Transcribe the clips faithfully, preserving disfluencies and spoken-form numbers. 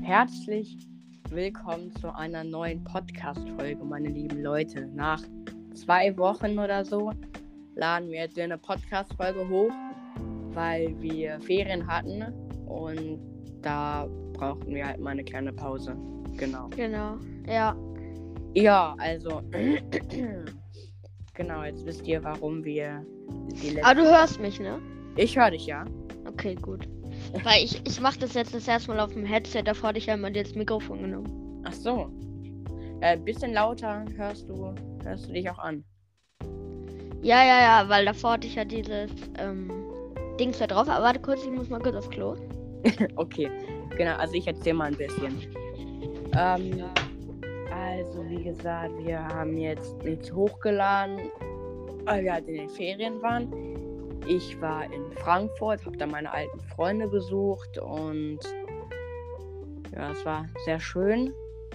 Herzlich willkommen zu einer neuen Podcast-Folge, meine lieben Leute. Nach zwei Wochen oder so laden wir jetzt eine Podcast-Folge hoch, weil wir Ferien hatten und da brauchten wir halt mal eine kleine Pause. Genau. Genau, ja. Ja, also, genau, jetzt wisst ihr, warum wir die letzte... Aber du hörst mich, ne? Ich höre dich, ja. Okay, gut. Weil ich, ich mache das jetzt das erste Mal auf dem Headset, davor hatte ich ja immer das Mikrofon genommen. Ach so. Ein äh, bisschen lauter hörst du, hörst du dich auch an. Ja, ja, ja, weil davor hatte ich ja dieses ähm, Dings da drauf. Aber warte kurz, ich muss mal kurz aufs Klo. Okay, genau, also ich erzähle mal ein bisschen. Ähm, also wie gesagt, wir haben jetzt nichts hochgeladen, weil wir halt in den Ferien waren. Ich war in Frankfurt, habe da meine alten Freunde besucht und ja, es war sehr schön.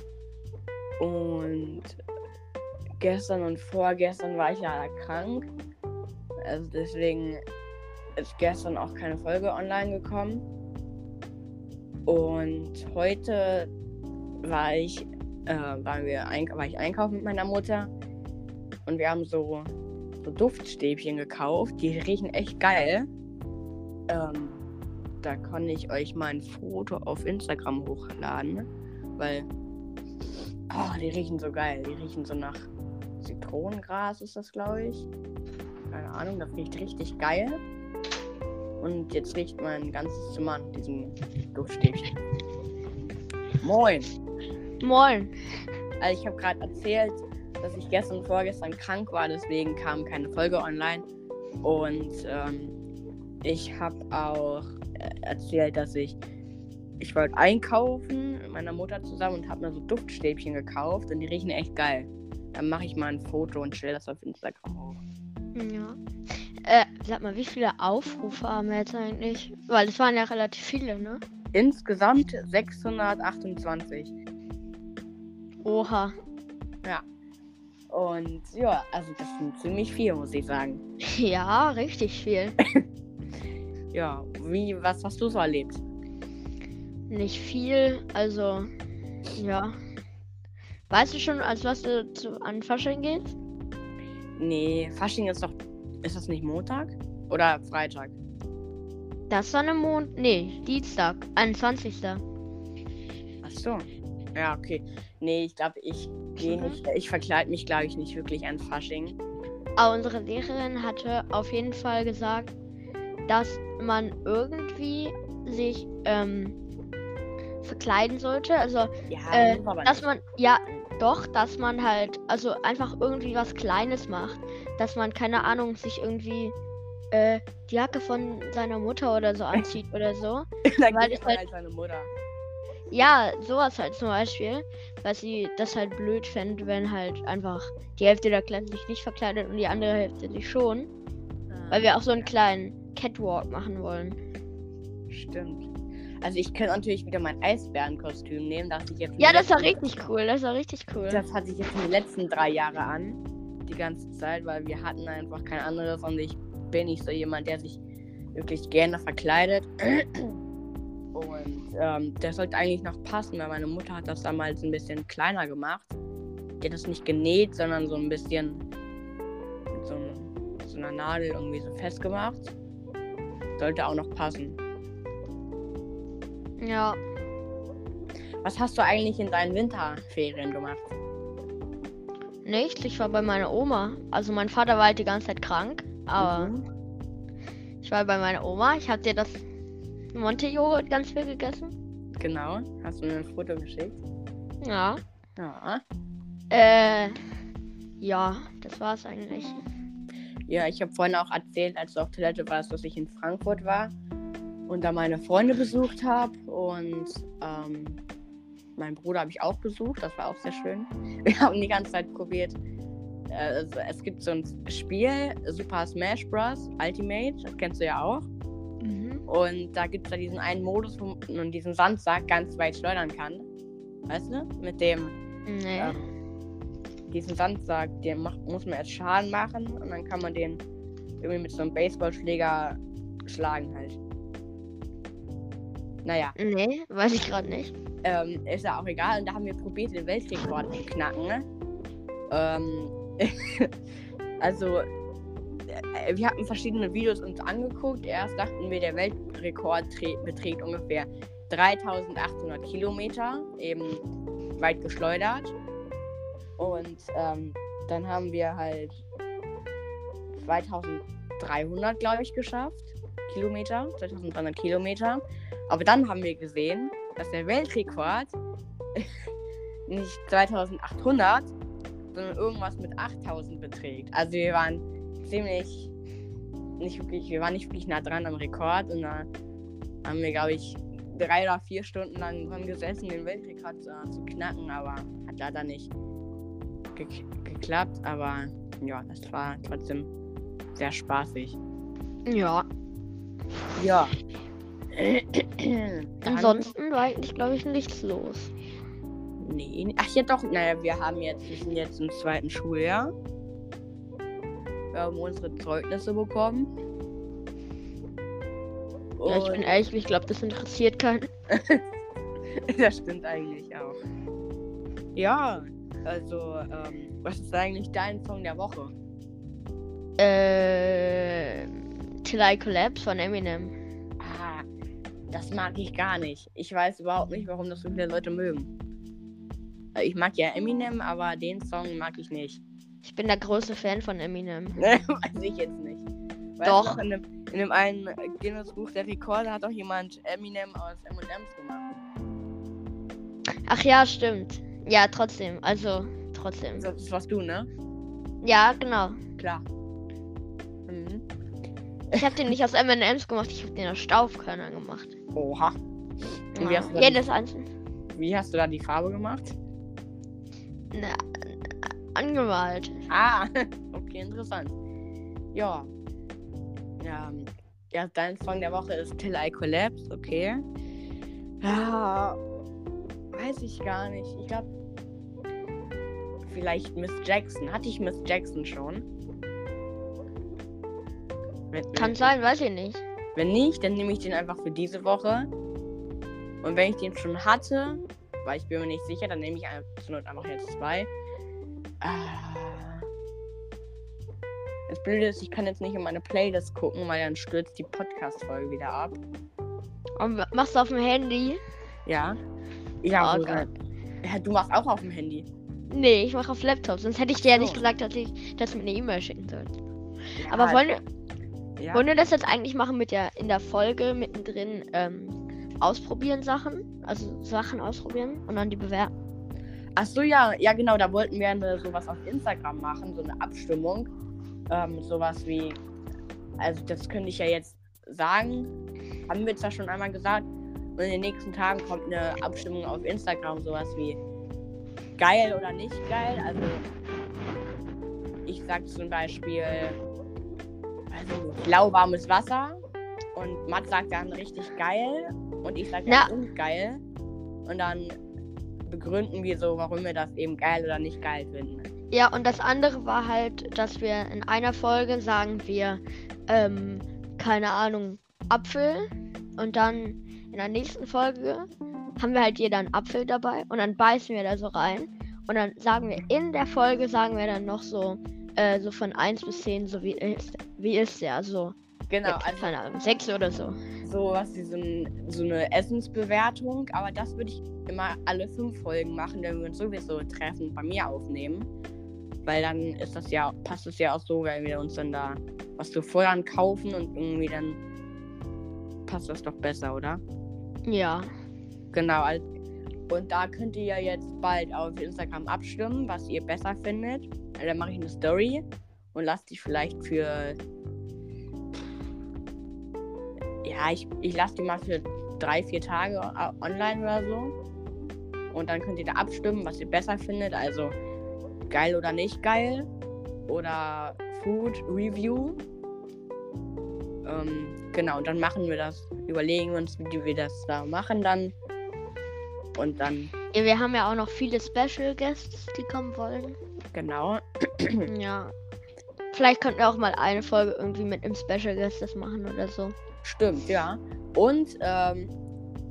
Und gestern und vorgestern war ich ja krank. Also deswegen ist gestern auch keine Folge online gekommen. Und heute war ich, äh, waren wir eink- war ich einkaufen mit meiner Mutter und wir haben so, so Duftstäbchen gekauft. Die riechen echt geil. Ähm, da kann ich euch mal ein Foto auf Instagram hochladen, weil oh, die riechen so geil. Die riechen so nach Zitronengras ist das, glaube ich. Keine Ahnung, das riecht richtig geil. Und jetzt riecht mein ganzes Zimmer an diesem Duftstäbchen. Moin. Moin. Also ich habe gerade erzählt, dass ich gestern und vorgestern krank war, deswegen kam keine Folge online. Und ähm, ich habe auch erzählt, dass ich ich wollte einkaufen mit meiner Mutter zusammen und habe mir so Duftstäbchen gekauft und die riechen echt geil. Dann mache ich mal ein Foto und stelle das auf Instagram hoch. Ja. Äh, sag mal, wie viele Aufrufe haben wir jetzt eigentlich? Weil es waren ja relativ viele, ne? Insgesamt sechshundertachtundzwanzig. Oha. Ja. Und ja, also das sind ziemlich viel, muss ich sagen. Ja, richtig viel. Ja, wie, was hast du so erlebt? Nicht viel, also, ja. Weißt du schon, als was du zu, an Fasching gehst? Nee, Fasching ist doch, ist das nicht Montag? Oder Freitag? Das war eine Mond... Nee, Dienstag, einundzwanzigster Ach so. Ja, okay. Nee, ich glaube, ich gehe Mhm. nicht, ich verkleide mich, glaube ich, nicht wirklich an Fasching. Aber unsere Lehrerin hatte auf jeden Fall gesagt, dass man irgendwie sich ähm, verkleiden sollte. Also, Ja, äh, muss aber dass nicht. man, ja, doch, dass man halt, also einfach irgendwie was Kleines macht. Dass man, keine Ahnung, sich irgendwie äh, die Jacke von seiner Mutter oder so anzieht oder so. Dann weil gehe ich ich mal halt- als seine Mutter. Ja, sowas halt zum Beispiel, weil sie das halt blöd fände, wenn halt einfach die Hälfte der Klasse sich nicht verkleidet und die andere Hälfte sich schon. Weil wir auch so einen kleinen Catwalk machen wollen. Stimmt. Also ich könnte natürlich wieder mein Eisbärenkostüm nehmen, das ich jetzt. Ja, die das war letzten- richtig cool, das war richtig cool. Das hatte ich jetzt in den letzten drei Jahren an. Die ganze Zeit, weil wir hatten einfach kein anderes und ich bin nicht so jemand, der sich wirklich gerne verkleidet. Und ähm, der sollte eigentlich noch passen, weil meine Mutter hat das damals ein bisschen kleiner gemacht. Die hat das nicht genäht, sondern so ein bisschen mit so, einem, mit so einer Nadel irgendwie so festgemacht. Sollte auch noch passen. Ja, Was hast du eigentlich in deinen Winterferien gemacht? nichts, ich war bei meiner Oma. Also mein Vater war halt die ganze Zeit krank, aber Mhm. ich war bei meiner Oma. Ich habe dir das Monte-Joghurt ganz viel gegessen. Genau, hast du mir ein Foto geschickt? Ja. Ja. Äh, ja, das war's eigentlich. Ja, ich habe vorhin auch erzählt, als du auf Toilette warst, dass ich in Frankfurt war und da meine Freunde besucht habe und ähm, meinen Bruder habe ich auch besucht, das war auch sehr schön. Wir haben die ganze Zeit probiert. Äh, also, es gibt so ein Spiel, Super Smash Bros. Ultimate, das kennst du ja auch. Mhm. Und da gibt es da diesen einen Modus, wo man diesen Sandsack ganz weit schleudern kann. Weißt du? Mit dem, Nee. ähm, diesen Sandsack, den macht, muss man erst Schaden machen und dann kann man den irgendwie mit so einem Baseballschläger schlagen halt. Naja, Nee, weiß ich gerade nicht. ähm, ist ja auch egal. Und da haben wir probiert, den Weltrekord zu knacken. Ne? Ähm, also, äh, wir hatten verschiedene Videos uns angeguckt. Erst dachten wir, der Weltrekord tre- beträgt ungefähr dreitausendachthundert Kilometer, eben weit geschleudert. Und ähm, dann haben wir halt zweitausenddreihundert, glaube ich, geschafft. Kilometer, zweitausenddreihundert Kilometer. Aber dann haben wir gesehen, dass der Weltrekord nicht zweitausendachthundert, sondern irgendwas mit achttausend beträgt. Also wir waren ziemlich, nicht wirklich, wir waren nicht wirklich nah dran am Rekord. Und da haben wir, glaube ich, drei oder vier Stunden lang dran gesessen, den Weltrekord äh, zu knacken. Aber hat leider nicht ge- geklappt. Aber ja, das war trotzdem sehr spaßig. Ja. Ja. Ansonsten war eigentlich, glaube ich, nichts los. Nee. Ach ja doch, naja, wir haben jetzt, wir sind jetzt im zweiten Schuljahr. Wir haben unsere Zeugnisse bekommen. Ja, ich bin ehrlich, ich glaube, das interessiert keinen. Das stimmt eigentlich auch. Ja, also, ähm, was ist eigentlich dein Song der Woche? Äh, Till I Collapse von Eminem. Ah, das mag ich gar nicht. Ich weiß überhaupt nicht, warum das so viele Leute mögen. Ich mag ja Eminem, aber den Song mag ich nicht. Ich bin der größte Fan von Eminem. Weiß ich jetzt nicht. Weißt Doch. du noch, in dem, in dem einen Guinness-Buch der Rekorde hat doch jemand Eminem aus M und M's gemacht. Ach ja, stimmt. Ja, trotzdem. Also, trotzdem. Das, das warst du, ne? Ja, genau. Klar. Mhm. Ich habe den nicht aus M und M's gemacht, ich habe den aus Staubkörnern gemacht. Oha. Und wie Ja, hast, du da jedes einzelne. die, wie hast du da die Farbe gemacht? Na, angemalt. Ah, okay, interessant. Ja. Ja, ja, dein Song der Woche ist Till I Collapse, okay. Ja, weiß ich gar nicht. Ich glaube, vielleicht Miss Jackson. Hatte ich Miss Jackson schon? Wenn, Kann sein, weiß ich nicht. Wenn nicht, dann nehme ich den einfach für diese Woche. Und wenn ich den schon hatte, weil ich bin mir nicht sicher, dann nehme ich ein- zur Not einfach jetzt zwei. Ah. Das Blöde ist, ich kann jetzt nicht in meine Playlist gucken, weil dann stürzt die Podcast-Folge wieder ab. Und machst du auf dem Handy? Ja. Ja, Oh so Gott. ja, du machst auch auf dem Handy. Nee, ich mache auf Laptop. Sonst hätte ich dir ja So. nicht gesagt, dass ich dass du mir eine E-Mail schicken sollst. Ja, Aber wollen wir, ja. wollen wir das jetzt eigentlich machen mit der in der Folge mittendrin ähm, ausprobieren Sachen? Also Sachen ausprobieren und dann die bewerten. Ach so, ja, ja genau, da wollten wir eine, sowas auf Instagram machen, so eine Abstimmung. Ähm, sowas wie, also das könnte ich ja jetzt sagen, haben wir zwar schon einmal gesagt, und in den nächsten Tagen kommt eine Abstimmung auf Instagram, sowas wie geil oder nicht geil. Also ich sag zum Beispiel, also lauwarmes Wasser und Matt sagt dann richtig geil und ich sag Ja. dann und geil und dann begründen wir so, warum wir das eben geil oder nicht geil finden. Ja, und das andere war halt, dass wir in einer Folge sagen wir, ähm, keine Ahnung, Apfel. Und dann in der nächsten Folge haben wir halt jeder einen Apfel dabei. Und dann beißen wir da so rein. Und dann sagen wir, in der Folge sagen wir dann noch so, äh, so von eins bis zehn, so wie ist, wie ist der, so. Genau, Ja, also keine Ahnung, sechs oder so. sowas wie so, ein, so eine Essensbewertung, aber das würde ich immer alle fünf Folgen machen, wenn wir uns sowieso treffen und bei mir aufnehmen. Weil dann ist das ja, passt es ja auch so, weil wir uns dann da was zu Feuern kaufen und irgendwie dann passt das doch besser, oder? Ja. Genau, also, und da könnt ihr ja jetzt bald auf Instagram abstimmen, was ihr besser findet. Also, dann mache ich eine Story und lasse die vielleicht für ja, ich, ich lasse die mal für drei, vier Tage äh, online oder so. Und dann könnt ihr da abstimmen, was ihr besser findet. Also geil oder nicht geil. Oder Food Review. Ähm, genau, und dann machen wir das. Überlegen wir uns, wie wir das da machen dann. Und dann, Ja, wir haben ja auch noch viele Special Guests, die kommen wollen. genau. Ja. Vielleicht könnten wir auch mal eine Folge irgendwie mit einem Special Guest das machen oder so. Stimmt, ja. Und ähm,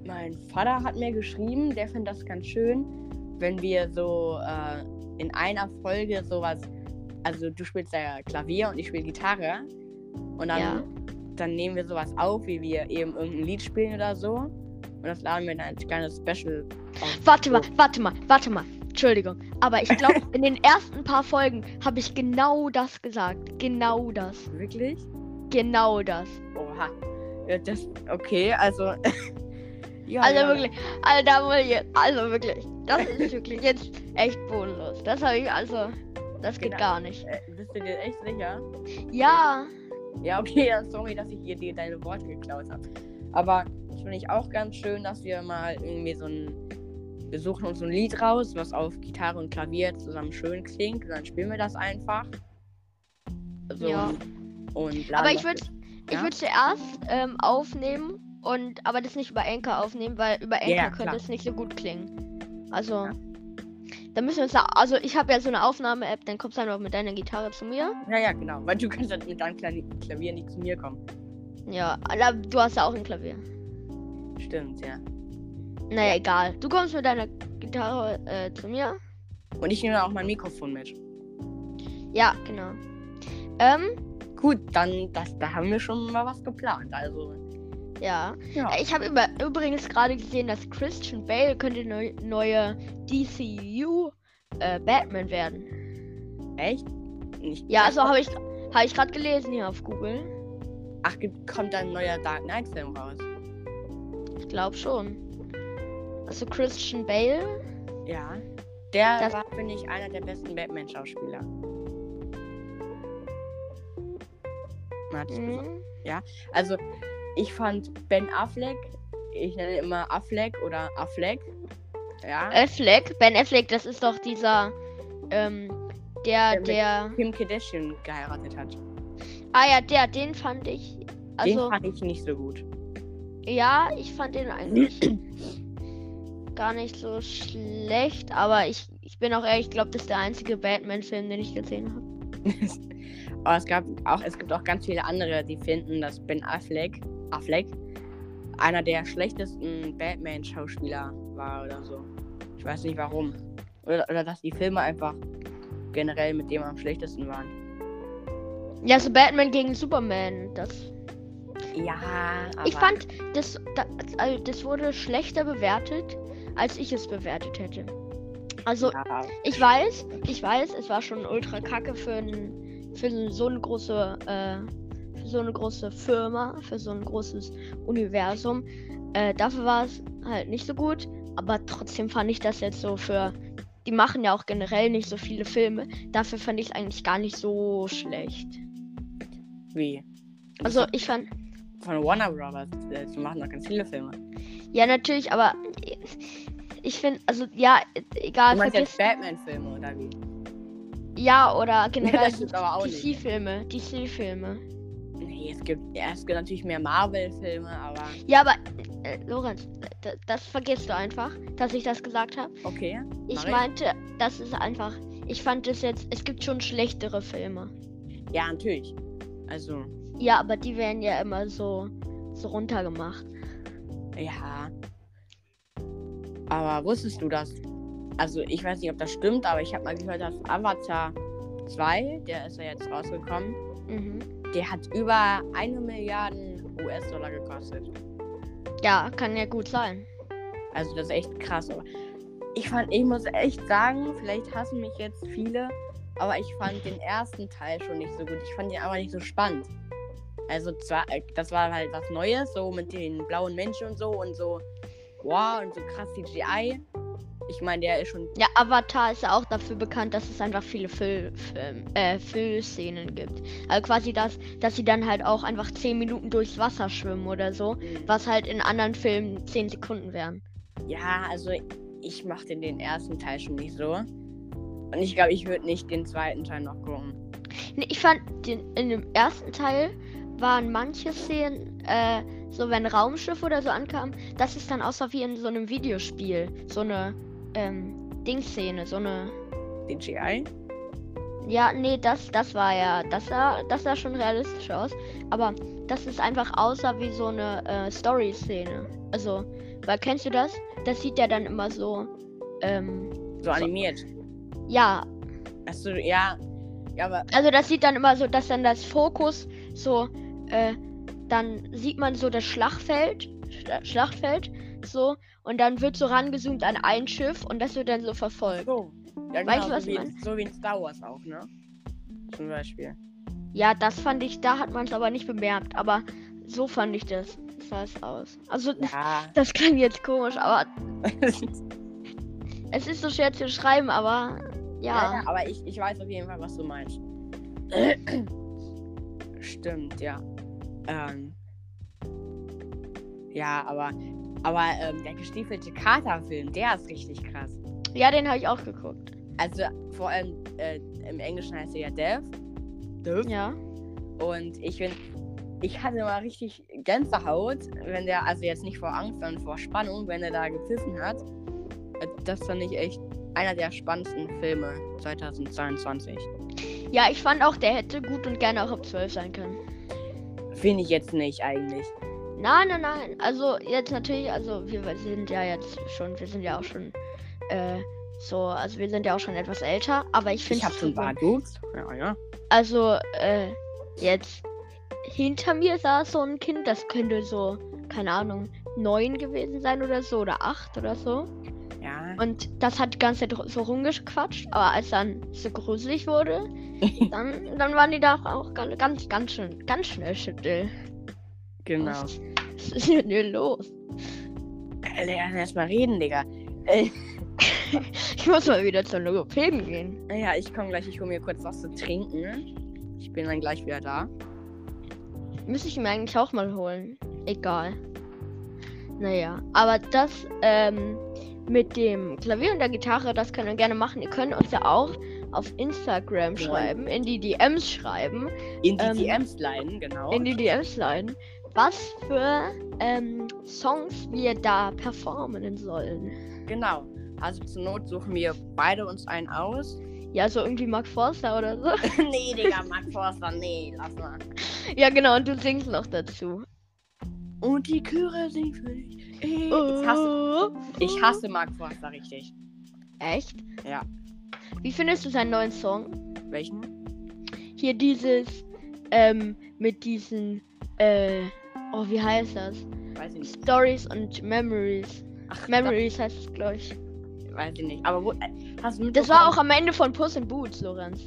mein Vater hat mir geschrieben, der findet das ganz schön, wenn wir so äh, in einer Folge sowas, also du spielst ja Klavier und ich spiele Gitarre und dann, Ja. dann nehmen wir sowas auf, wie wir eben irgendein Lied spielen oder so und das laden wir in ein kleines Special auf. Warte mal, warte mal, warte mal. Entschuldigung. Aber ich glaube, in den ersten paar Folgen habe ich genau das gesagt. Genau das. Wirklich? Genau das. Oha. Ja, das, okay, also... ja, Also ja. wirklich, also da muss ich jetzt, also wirklich, das ist wirklich jetzt echt bodenlos. Das habe ich also, das geht Genau. gar nicht. Äh, bist du dir echt sicher? Ja, Ja, okay, dann sorry, dass ich hier dir deine Worte geklaut habe. Aber das finde ich auch ganz schön, dass wir mal irgendwie so ein... Wir suchen uns so ein Lied raus, was auf Gitarre und Klavier zusammen schön klingt und dann spielen wir das einfach. So, Ja. Und laden aber ich das würde, mit- ich Ja? würde zuerst ähm, aufnehmen und, aber das nicht über Anchor aufnehmen, weil über Anchor Ja, könnte klar. es nicht so gut klingen. Also, Ja. da müssen wir uns, da, also ich habe ja so eine Aufnahme-App, dann kommst du einfach mit deiner Gitarre zu mir. Ja, ja, genau. Weil du kannst halt mit deinem Kla- Klavier nicht zu mir kommen. Ja, aber du hast ja auch ein Klavier. Stimmt, ja. Naja, egal. Du kommst mit deiner Gitarre äh, zu mir. Und ich nehme auch mein Mikrofon mit. Ja, genau. Ähm, Gut, dann, das, da haben wir schon mal was geplant. Also, ja. ja. Äh, Ich habe über, übrigens gerade gesehen, dass Christian Bale könnte neu, neue D C U äh, Batman werden. Echt? Nicht Ja, also habe ich, hab ich gerade gelesen hier auf Google. Ach, gibt, kommt ein neuer Dark Knight-Film raus. Ich glaube schon. Also Christian Bale. Ja. Der Das- war, finde ich, einer der besten Batman-Schauspieler. Warte, Mhm. Also, ich fand Ben Affleck, ich nenne ihn immer Affleck oder Affleck. Ja. Affleck, Ben Affleck, das ist doch dieser, ähm, der, Der mit- der. Kim Kardashian geheiratet hat. Ah ja, der, den fand ich. Also, Den fand ich nicht so gut. ja, ich fand den eigentlich gar nicht so schlecht, aber ich, ich bin auch ehrlich, ich glaube, das ist der einzige Batman-Film, den ich gesehen habe. Aber es gab auch, es gibt auch ganz viele andere, die finden, dass Ben Affleck, Affleck einer der schlechtesten Batman-Schauspieler war oder so. Ich weiß nicht warum. Oder, oder dass die Filme einfach generell mit dem am schlechtesten waren. Ja, so Batman gegen Superman, das. Ja, aber Ich fand, das, das, also das wurde schlechter bewertet, als ich es bewertet hätte. Also, ja, ich weiß, ich weiß, es war schon ultra kacke für, ein, für so eine große, äh, für so eine große Firma, für so ein großes Universum. Äh, dafür war es halt nicht so gut, aber trotzdem fand ich das jetzt so für. Die machen ja auch generell nicht so viele Filme. Dafür fand ich es eigentlich gar nicht so schlecht. wie? Also ich fand. Von Warner Brothers. äh, Die machen doch ganz viele Filme. Ja, natürlich, aber ich finde, also ja, egal, Du meinst vergiss. jetzt Batman-Filme oder wie? Ja, oder generell das stimmt aber auch D nicht. C-Filme. D C-Filme. Nee, es gibt, ja, es gibt natürlich mehr Marvel-Filme, aber Ja, aber äh, Lorenz, d- das vergisst du einfach, dass ich das gesagt habe. okay. Ich mach meinte, das ist einfach. Ich fand es jetzt, es gibt schon schlechtere Filme. Ja, natürlich. Also, Ja, aber die werden ja immer so, so runtergemacht. ja. Aber wusstest du das? Also, ich weiß nicht, ob das stimmt, aber ich habe mal gehört, dass Avatar zwei, der ist ja jetzt rausgekommen, Mhm. der hat über eine Milliarde U S-Dollar gekostet. Ja, kann ja gut sein. Also, das ist echt krass. Aber ich fand, ich muss echt sagen, vielleicht hassen mich jetzt viele, aber ich fand den ersten Teil schon nicht so gut. Ich fand den aber nicht so spannend. Also, zwar, äh, das war halt was Neues, so mit den blauen Menschen und so und so, wow, und so krass C G I. Ich meine, der ist schon. Ja, Avatar ist ja auch dafür bekannt, dass es einfach viele Füll, Film, äh, Füllszenen gibt. Also quasi das, dass sie dann halt auch einfach zehn Minuten durchs Wasser schwimmen oder so, was halt in anderen Filmen zehn Sekunden wären. Ja, also ich mochte den ersten Teil schon nicht so. Und ich glaube, ich würde nicht den zweiten Teil noch gucken. Nee, ich fand, den, in dem ersten Teil waren manche Szenen, äh, so wenn Raumschiff oder so ankam, dass es dann aussah wie in so einem Videospiel. So eine, ähm, Dingsszene, so eine. C G I? Ja, nee, das, das war ja, das sah, das sah schon realistisch aus. Aber dass es einfach aussah wie so eine äh, Story-Szene. Also, Weil kennst du das? Das sieht ja dann immer so, ähm, So animiert. ja, Achso, ja. Ja, aber. also das sieht dann immer so, dass dann das Fokus so, äh, dann sieht man so das Schlachtfeld, Schla- Schlachtfeld, so, und dann wird so rangezoomt an ein Schiff und das wird dann so verfolgt. So. Ja, Weißt genau, du, was so, ich wie, mein? so wie in Star Wars auch, ne? Zum Beispiel. Ja, das fand ich, da hat man es aber nicht bemerkt, aber so fand ich das. Sah es aus. Also, Ja. das klingt jetzt komisch, aber es ist so schwer zu schreiben, aber Ja, ja. ja, aber ich, ich weiß auf jeden Fall, was du meinst. Stimmt, ja. Ähm. Ja, aber. Aber ähm, der gestiefelte Kater-Film, der ist richtig krass. Ja, den habe ich auch geguckt. Also vor allem äh, im Englischen heißt er ja Death. Death. Ja. Und ich bin. Ich hatte mal richtig Gänsehaut, wenn der, also jetzt nicht vor Angst, sondern vor Spannung, wenn er da gepfiffen hat. Äh, Das fand ich echt einer der spannendsten Filme zweitausendzweiundzwanzig. Ja, ich fand auch, der hätte gut und gerne auch ab zwölf sein können. Finde ich jetzt nicht eigentlich. Nein, nein, nein. Also jetzt natürlich, also wir sind ja jetzt schon, wir sind ja auch schon äh, so, also wir sind ja auch schon etwas älter, aber ich finde Ich habe schon Bartwuchs. Ja, ja. Also, äh, jetzt hinter mir saß so ein Kind, das könnte so, keine Ahnung, neun gewesen sein oder so, oder acht oder so. Ja. Und das hat die ganze Zeit so rumgequatscht, aber als dann so gruselig wurde, dann, dann waren die da auch ganz, ganz, ganz schön, ganz schnell still. Genau. Was, was ist denn hier los? Alter, lass mal reden, Digga. Äh, Ich muss mal wieder zur Logopäden gehen. ja, ich komme gleich, ich hole mir kurz was zu trinken. Ich bin dann gleich wieder da. Müsste ich mir eigentlich auch mal holen. Egal. Naja, aber das ähm, mit dem Klavier und der Gitarre, das können wir gerne machen. Ihr könnt uns ja auch auf Instagram Ja. schreiben, in die D Ms schreiben, In die Ähm, D Ms leiten, genau. in die D Ms leiten, was für ähm, Songs wir da performen sollen. Genau. Also zur Not suchen wir beide uns einen aus. Ja, so irgendwie Mark Forster oder so. Nee, Digga, Mark Forster, nee, lass mal. Ja, genau, und du singst noch dazu. Und die Chöre singen für dich. Ich hasse, Oh. ich hasse Mark Forster richtig. Echt? Ja. Wie findest du seinen neuen Song? Welchen? Hier dieses, ähm, mit diesen, äh, oh, wie heißt das? Weiß ich nicht. Stories und Memories. Ach, Memories heißt es, glaube ich. da, weiß ich nicht. Aber wo, äh, hast du Das war auch mitbekommen- am Ende von Puss in Boots, Lorenz.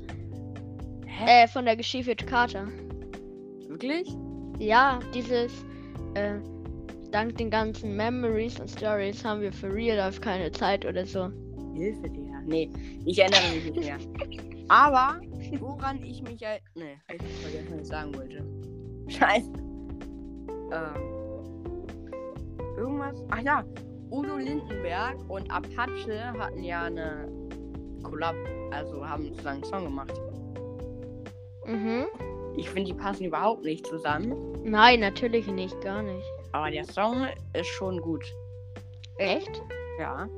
Hä? Äh, von der gestiefelten Kater. Wirklich? Ja, dieses, äh, dank den ganzen Memories und Stories haben wir für Real Life keine Zeit oder so. Hilfe, Digga. Nee, ich erinnere mich nicht mehr. Aber, woran ich mich ja. Nee, ich hab vergessen, was ich sagen wollte. Scheiße. Ähm. Irgendwas. Ach ja, Udo Lindenberg und Apache hatten ja eine Collab. Also haben zusammen einen Song gemacht. Mhm. Ich finde, die passen überhaupt nicht zusammen. Nein, natürlich nicht, gar nicht. Aber der Song ist schon gut. Echt? Ja.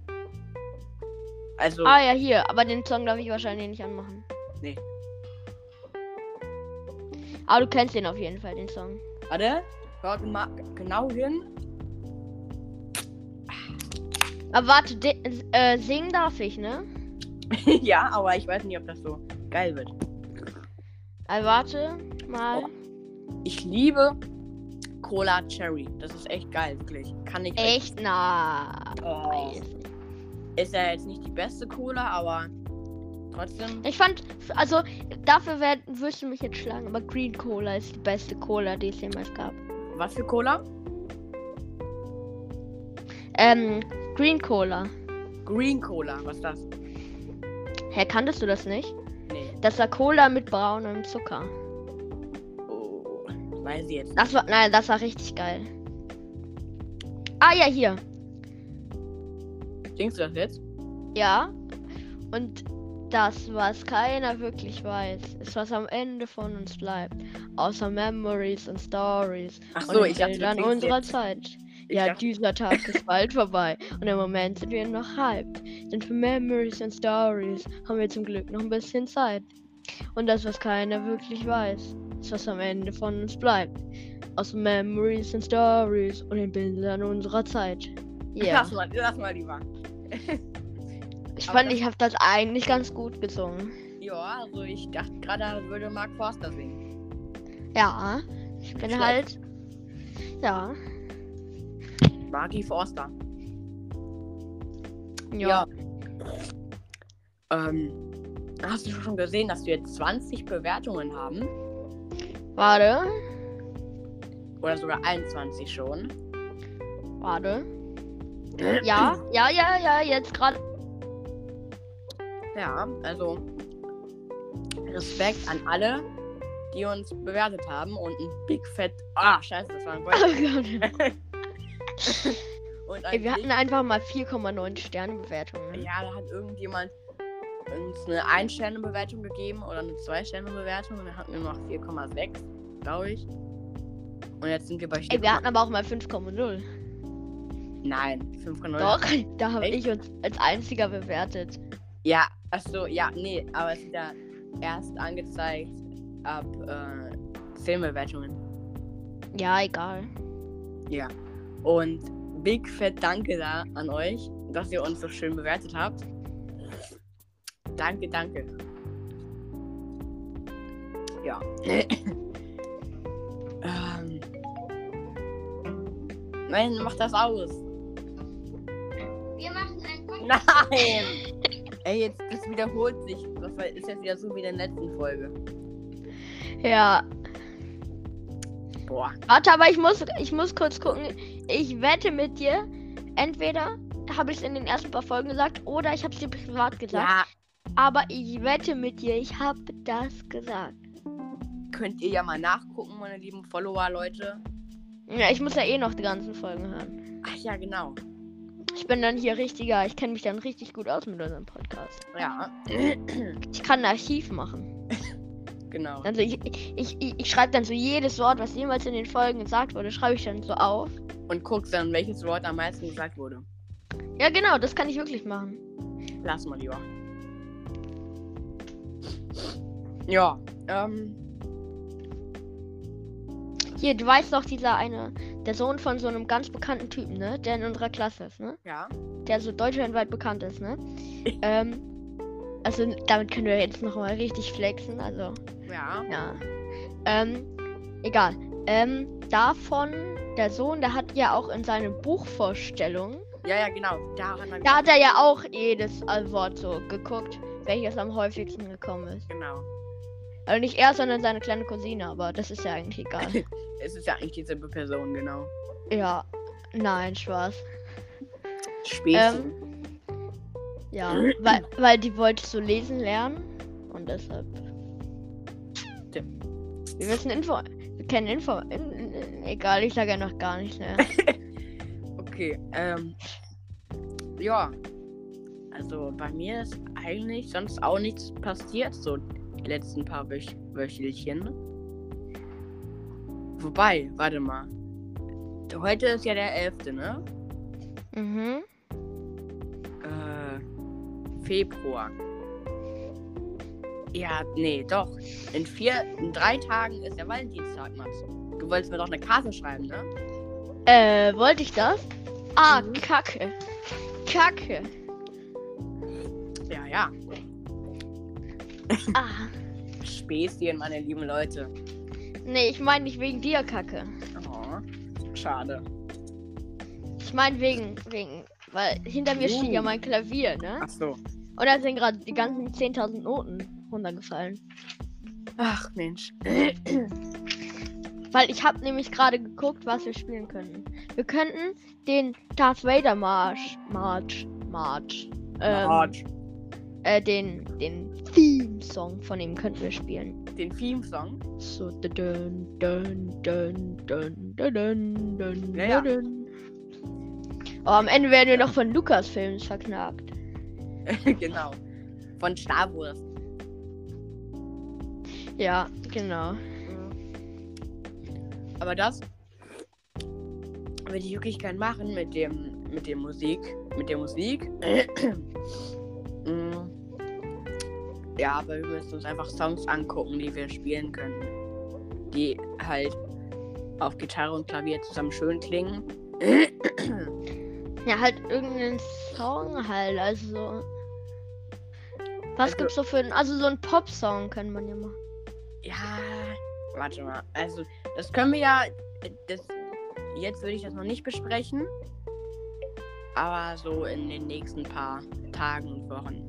Also. Ah ja, hier, aber den Song darf ich wahrscheinlich nicht anmachen. Nee. Aber du kennst den auf jeden Fall, den Song. Warte. Hört mal genau hin. Aber warte, de- äh, singen darf ich, ne? Ja, aber ich weiß nicht, ob das so geil wird. Also warte mal. Oh. Ich liebe Cola Cherry. Das ist echt geil, wirklich. Kann ich Echt? Na. Oh. weiß. Ist ja jetzt nicht die beste Cola, aber trotzdem. Ich fand, also dafür werd, wirst du mich jetzt schlagen, aber Green Cola ist die beste Cola, die es jemals gab. Was für Cola? Ähm, Green Cola. Green Cola, was ist das? Hä, kanntest du das nicht? Nee. Das war Cola mit braunem Zucker. Oh, weiß ich jetzt nicht. Das war, nein, das war richtig geil. Ah ja, hier. Singst du das jetzt? Ja. Und das, was keiner wirklich weiß, ist, was am Ende von uns bleibt. Außer Memories und Stories. Ach Und so, den ich dachte, du Bildern singst unserer jetzt. Zeit. Ich Ja, dachte- dieser Tag ist bald vorbei. Und im Moment sind wir noch hyped. Denn für Memories und Stories haben wir zum Glück noch ein bisschen Zeit. Und das, was keiner wirklich weiß, ist, was am Ende von uns bleibt. aus Memories and Stories und den Bildern unserer Zeit. Ja. Lass mal, lass mal lieber. Ich Aber fand, das- ich habe das eigentlich ganz gut gesungen. Ja, also ich dachte gerade, da würde Mark Forster singen. Ja, ich bin Schlecht. halt. Ja, Marky Forster. ja. Ähm, hast du schon gesehen, dass wir jetzt zwanzig Bewertungen haben? Warte, Oder sogar einundzwanzig schon? warte. Ja, ja, ja, ja, jetzt gerade. Ja, also Respekt an alle, die uns bewertet haben und ein Big Fett. Ah, scheiße, das war ein Oh Wort. Gott. Und ein Ey, wir hatten Big- einfach mal vier Komma neun Sterne Bewertungen. Ja, da hat irgendjemand uns eine ein-Sterne-Bewertung gegeben oder eine zwei-Sterne-Bewertung und dann hatten wir noch vier Komma sechs, glaube ich. Und jetzt sind wir bei Ey, wir hatten aber auch mal fünf Komma null. Nein, fünf Komma null. Doch, da habe Echt? ich uns als einziger bewertet. Ja, achso, ja, nee, aber es ist ja erst angezeigt ab äh, zehn Bewertungen. Ja, egal. Ja. Und big fett danke da an euch, dass ihr uns so schön bewertet habt. Danke, danke. Ja. ähm. Nein, mach das aus. Wir machen ein Nein! Ey, jetzt, das wiederholt sich. Das war- ist jetzt wieder so wie in der letzten Folge. Ja. Boah. Warte, aber ich muss, ich muss kurz gucken. Ich wette mit dir, entweder habe ich es in den ersten paar Folgen gesagt oder ich habe es dir privat gesagt. Ja, Aber ich wette mit dir, ich habe das gesagt. könnt ihr ja mal nachgucken, meine lieben Follower, Leute. Ja, ich muss ja eh noch die ganzen Folgen hören. Ach ja, genau. Ich bin dann hier richtiger, ich kenne mich dann richtig gut aus mit unserem Podcast. Ja, Ich kann ein Archiv machen. genau. Also ich, ich, ich, ich schreibe dann so jedes Wort, was jemals in den Folgen gesagt wurde, schreibe ich dann so auf. Und guckst dann, welches Wort am meisten gesagt wurde. Ja, genau, das kann ich wirklich machen. Lass mal lieber. Ja, ähm, Hier, du weißt doch, dieser eine, der Sohn von so einem ganz bekannten Typen, ne? Der in unserer Klasse ist, ne? ja. Der so deutschlandweit bekannt ist, ne? ähm, also damit können wir jetzt nochmal richtig flexen, also, Ja. ja. Ähm, egal. Ähm, davon, der Sohn, der hat ja auch in seinen Buchvorstellungen, Ja, ja, genau. Daran hab ich da hat er ja auch jedes Wort so geguckt, welches am häufigsten gekommen ist. Genau. Also nicht er, sondern seine kleine Cousine, aber das ist ja eigentlich egal. Es ist ja eigentlich dieselbe Person, genau. Ja, nein, Spaß. Späßchen. Ja, weil, weil die wollte so lesen lernen und deshalb. Stimmt. Wir müssen Info. Wir kennen Info. In, in, in, egal, ich sage ja noch gar nichts mehr. Okay, ähm. Ja. Also bei mir ist eigentlich sonst auch nichts passiert, so die letzten paar Wöch Wöchelchen. Wobei, warte mal. Heute ist ja der elfte, ne? Mhm. Äh, Februar. Ja, nee, doch. In vier, in drei Tagen ist der Valentinstag, Mats. Du wolltest mir doch eine Karte schreiben, ne? Äh, wollte ich das? Ah, Mhm. Kacke. Kacke. Ja, ja. Ah. Späßchen, meine lieben Leute. Nee, ich meine nicht wegen dir, Kacke. Oh, schade. Ich meine wegen, wegen, weil hinter mir steht ja Uh. mein Klavier, ne? Ach so. Und da sind gerade die ganzen zehntausend Noten runtergefallen. Ach, Mensch. Weil ich habe nämlich gerade geguckt, was wir spielen könnten. Wir könnten den Darth Vader Marsch, March, March, ähm, March. äh, den, den Theme-Song von ihm könnten wir spielen. Den Theme-Song. So, dun, dun, dun, dun, dun, dun, dun, Ja, ja. dun. Aber am Ende werden wir noch von Lucasfilms verknackt. Genau. Von Star Wars. Ja, genau. Aber das würde ich wirklich gern machen mit dem, mit der Musik. Mit der Musik. Mm. Ja, aber wir müssen uns einfach Songs angucken, die wir spielen können. Die halt auf Gitarre und Klavier zusammen schön klingen. Ja, halt irgendeinen Song halt, also so. Was Also- gibt's so für einen, also so einen Pop-Song kann man ja machen. Ja, warte mal. Also, das können wir ja. Das, jetzt würde ich das noch nicht besprechen. Aber so in den nächsten paar Tagen und Wochen.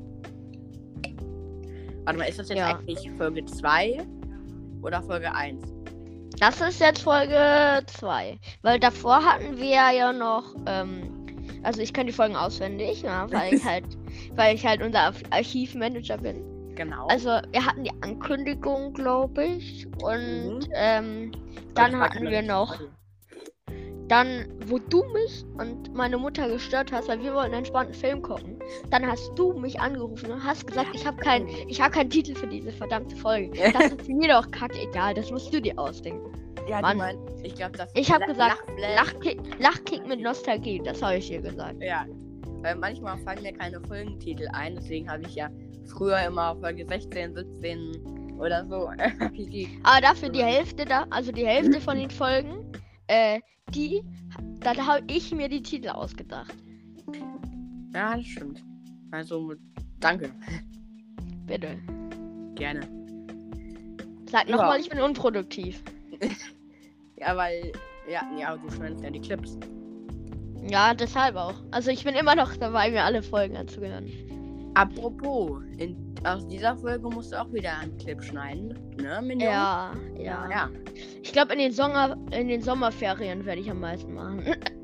Warte mal, ist das jetzt Ja. eigentlich Folge zwei oder Folge eins? Das ist jetzt Folge zwei. Weil davor hatten wir ja noch, ähm, also ich kann die Folgen auswendig, ja, weil ich halt, weil ich halt unser Ar- Archivmanager bin. Genau. Also wir hatten die Ankündigung, glaube ich. Und Mhm. ähm, Aber dann ich war hatten keine wir richtige noch, Folge. dann, wo du mich und meine Mutter gestört hast, weil wir wollten einen entspannten Film gucken. Dann hast du mich angerufen und hast gesagt, ich habe keinen, ich habe keinen Titel für diese verdammte Folge. Das ist mir doch kacke egal, das musst du dir ausdenken. Ja, Mann. du meinst, ich glaube, das Ich habe La- gesagt, Lachflash- Lachkick, Lachkick mit Nostalgie, das habe ich dir gesagt. Ja, weil manchmal fallen mir keine Folgentitel ein, deswegen habe ich ja früher immer Folge sechzehn, siebzehn oder so. die, Aber dafür die Hälfte da, also die Hälfte von den Folgen, äh, die, da habe ich mir die Titel ausgedacht. ja, das stimmt. Also, danke. Bitte. Gerne. Sag Ja. nochmal, ich bin unproduktiv. Ja, weil, ja, ja, du schneidest ja die Clips. Ja, deshalb auch. Also ich bin immer noch dabei, mir alle Folgen anzuhören. Apropos, in, aus dieser Folge musst du auch wieder einen Clip schneiden, ne, Minion? Ja, ja. Ja. Ich glaube, in den Sommer, in den Sommerferien werde ich am meisten machen.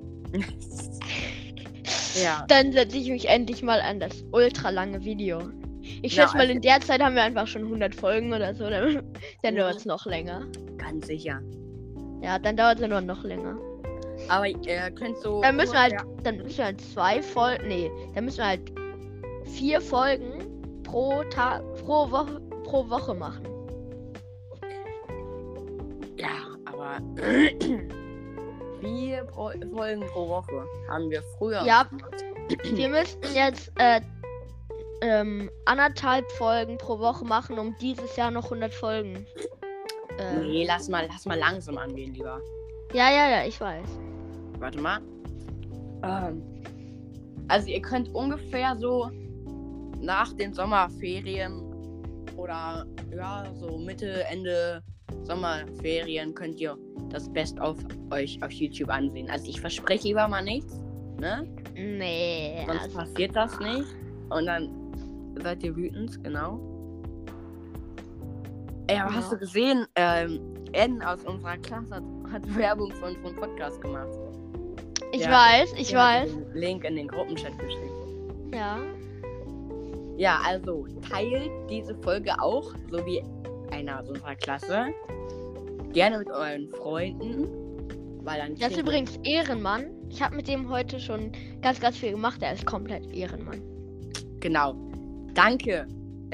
Ja. Dann setze ich mich endlich mal an das ultra lange Video. Ich Ja, schätze mal, also- in der Zeit haben wir einfach schon hundert Folgen oder so. Dann, dann Mhm. dauert es noch länger. Ganz sicher. Ja, dann dauert es nur noch länger. Aber äh, könntest du. Dann müssen wir halt, ungefähr- dann müssen wir halt zwei Folgen, nee, dann müssen wir halt vier Folgen pro Tag, pro Woche, pro Woche machen. Ja, aber. Vier pro Folgen pro Woche haben wir früher Ja. gemacht. Wir müssten jetzt äh, ähm, anderthalb Folgen pro Woche machen, um dieses Jahr noch hundert Folgen. Äh, Nee, lass mal, lass mal langsam angehen, lieber. Ja, ja, ja, ich weiß. Warte mal. Ähm, also ihr könnt ungefähr so nach den Sommerferien oder ja, so Mitte, Ende Sommerferien könnt ihr das Best of euch auf YouTube ansehen. Also ich verspreche lieber mal nichts, ne? Nee. Sonst Also, passiert das nicht. Und dann seid ihr wütend, genau. Ey, aber Ja. hast du gesehen, ähm, N aus unserer Klasse hat, hat Werbung für unseren Podcast gemacht. ich Ja, weiß, ich Der hat weiß. den Link in den Gruppenchat geschickt. Ja. Ja, also teilt diese Folge auch, so wie einer aus unserer Klasse. Gerne mit euren Freunden. Weil dann Das ist kriegen- übrigens Ehrenmann. Ich habe mit dem heute schon ganz, ganz viel gemacht. Er ist komplett Ehrenmann. Genau. Danke.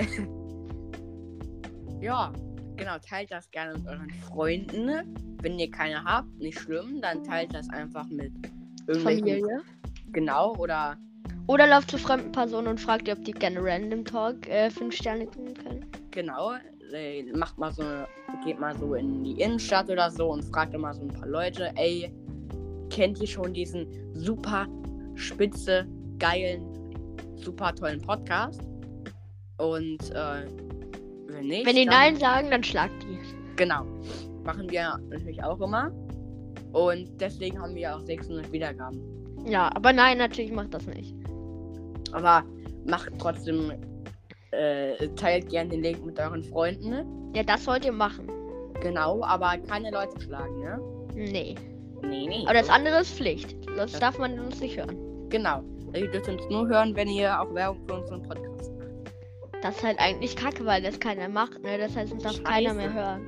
Ja, genau. Teilt das gerne mit euren Freunden. Wenn ihr keine habt, nicht schlimm. Dann teilt das einfach mit irgendwelchen. Familie. Genau. Oder Oder lauft zu fremden Personen und fragt ihr, ob die gerne Random Talk äh, fünf Sterne geben können. genau. Äh, macht mal so, geht mal so in die Innenstadt oder so und fragt immer so ein paar Leute. Ey, kennt ihr schon diesen super spitze, geilen, super tollen Podcast? Und äh, wenn nicht, Wenn die dann- Nein sagen, dann schlagt die. Genau. Machen wir natürlich auch immer. Und deswegen haben wir auch sechshundert Wiedergaben. Ja, aber nein, natürlich macht das nicht. Aber macht trotzdem, äh, teilt gern den Link mit euren Freunden. Ja, das sollt ihr machen. Genau, aber keine Leute schlagen, ne? Nee. Nee, nee. Aber das andere ist Pflicht. Sonst Das- darf man uns nicht hören. Genau. Ihr dürft uns nur hören, wenn ihr auch Werbung für unseren Podcast macht. Das ist halt eigentlich kacke, weil das keiner macht, ne? Das heißt, uns darf Scheiße. keiner mehr hören.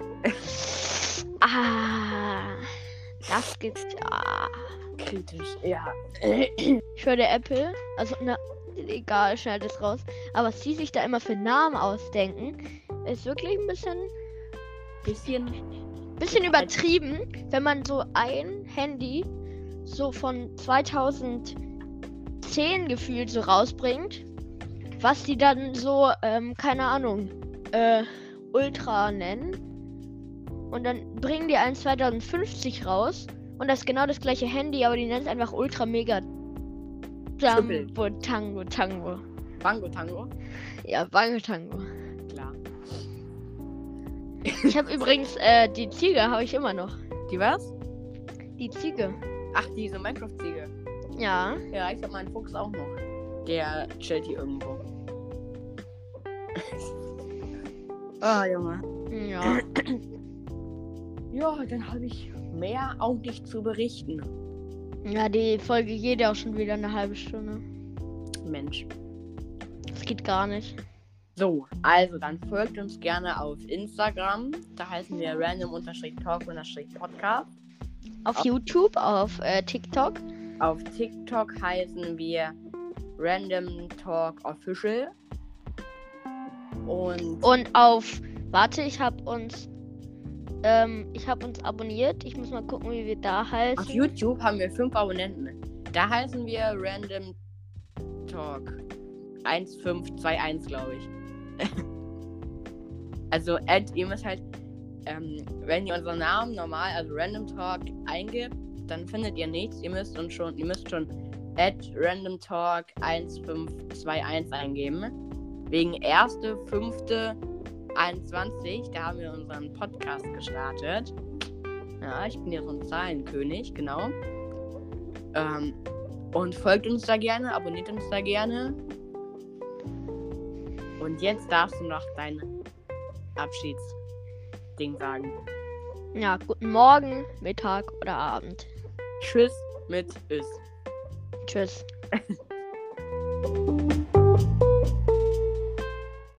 ah. Das gibt's ja. Kritisch, ja. Ich höre der Apple, also na, egal, schneid es raus. Aber was die sich da immer für Namen ausdenken, ist wirklich ein bisschen, Bisschen. bisschen übertrieben, wenn man so ein Handy so von zweitausendzehn gefühlt so rausbringt, was die dann so, ähm, keine Ahnung, äh, Ultra nennen. und dann bringen die ein zwanzig fünfzig raus und das ist genau das gleiche Handy, aber die nennen es einfach Ultra Mega Triple. Jumbo Tango Tango. Bango Tango. Ja, Bango Tango. Klar. Ich habe übrigens äh, die Ziege habe ich immer noch. Die was? Die Ziege. Ach, diese Minecraft-Ziege. Ja. Ja, ich hab meinen Fuchs auch noch. Der chillt hier irgendwo. Ah, Junge. Ja. Ja, dann habe ich mehr auch nicht zu berichten. Ja, die Folge geht ja auch schon wieder eine halbe Stunde. Mensch. Das geht gar nicht. So, also dann folgt uns gerne auf Instagram. Da heißen wir random-talk-podcast. Auf, Auf- YouTube, auf äh, TikTok. Auf TikTok heißen wir Random Talk Official. Und Und auf. Warte, ich habe uns. Ähm, ich habe uns abonniert. Ich muss mal gucken, wie wir da heißen. auf YouTube haben wir fünf Abonnenten. Da heißen wir Random Talk eins fünf zwei eins, glaube ich. Also, Ad, ihr müsst halt, ähm, wenn ihr unseren Namen normal, also Random Talk eingibt, dann findet ihr nichts. Ihr müsst uns schon, ihr müsst schon at Random Talk eins fünf zwei eins eingeben. Wegen erster fünfter einundzwanzig, da haben wir unseren Podcast gestartet. Ja, ich bin ja so ein Zahlenkönig, genau. Ähm, und folgt uns da gerne, abonniert uns da gerne. Und jetzt darfst du noch dein Abschiedsding sagen. Ja, guten Morgen, Mittag oder Abend. Tschüss mit Is. Tschüss.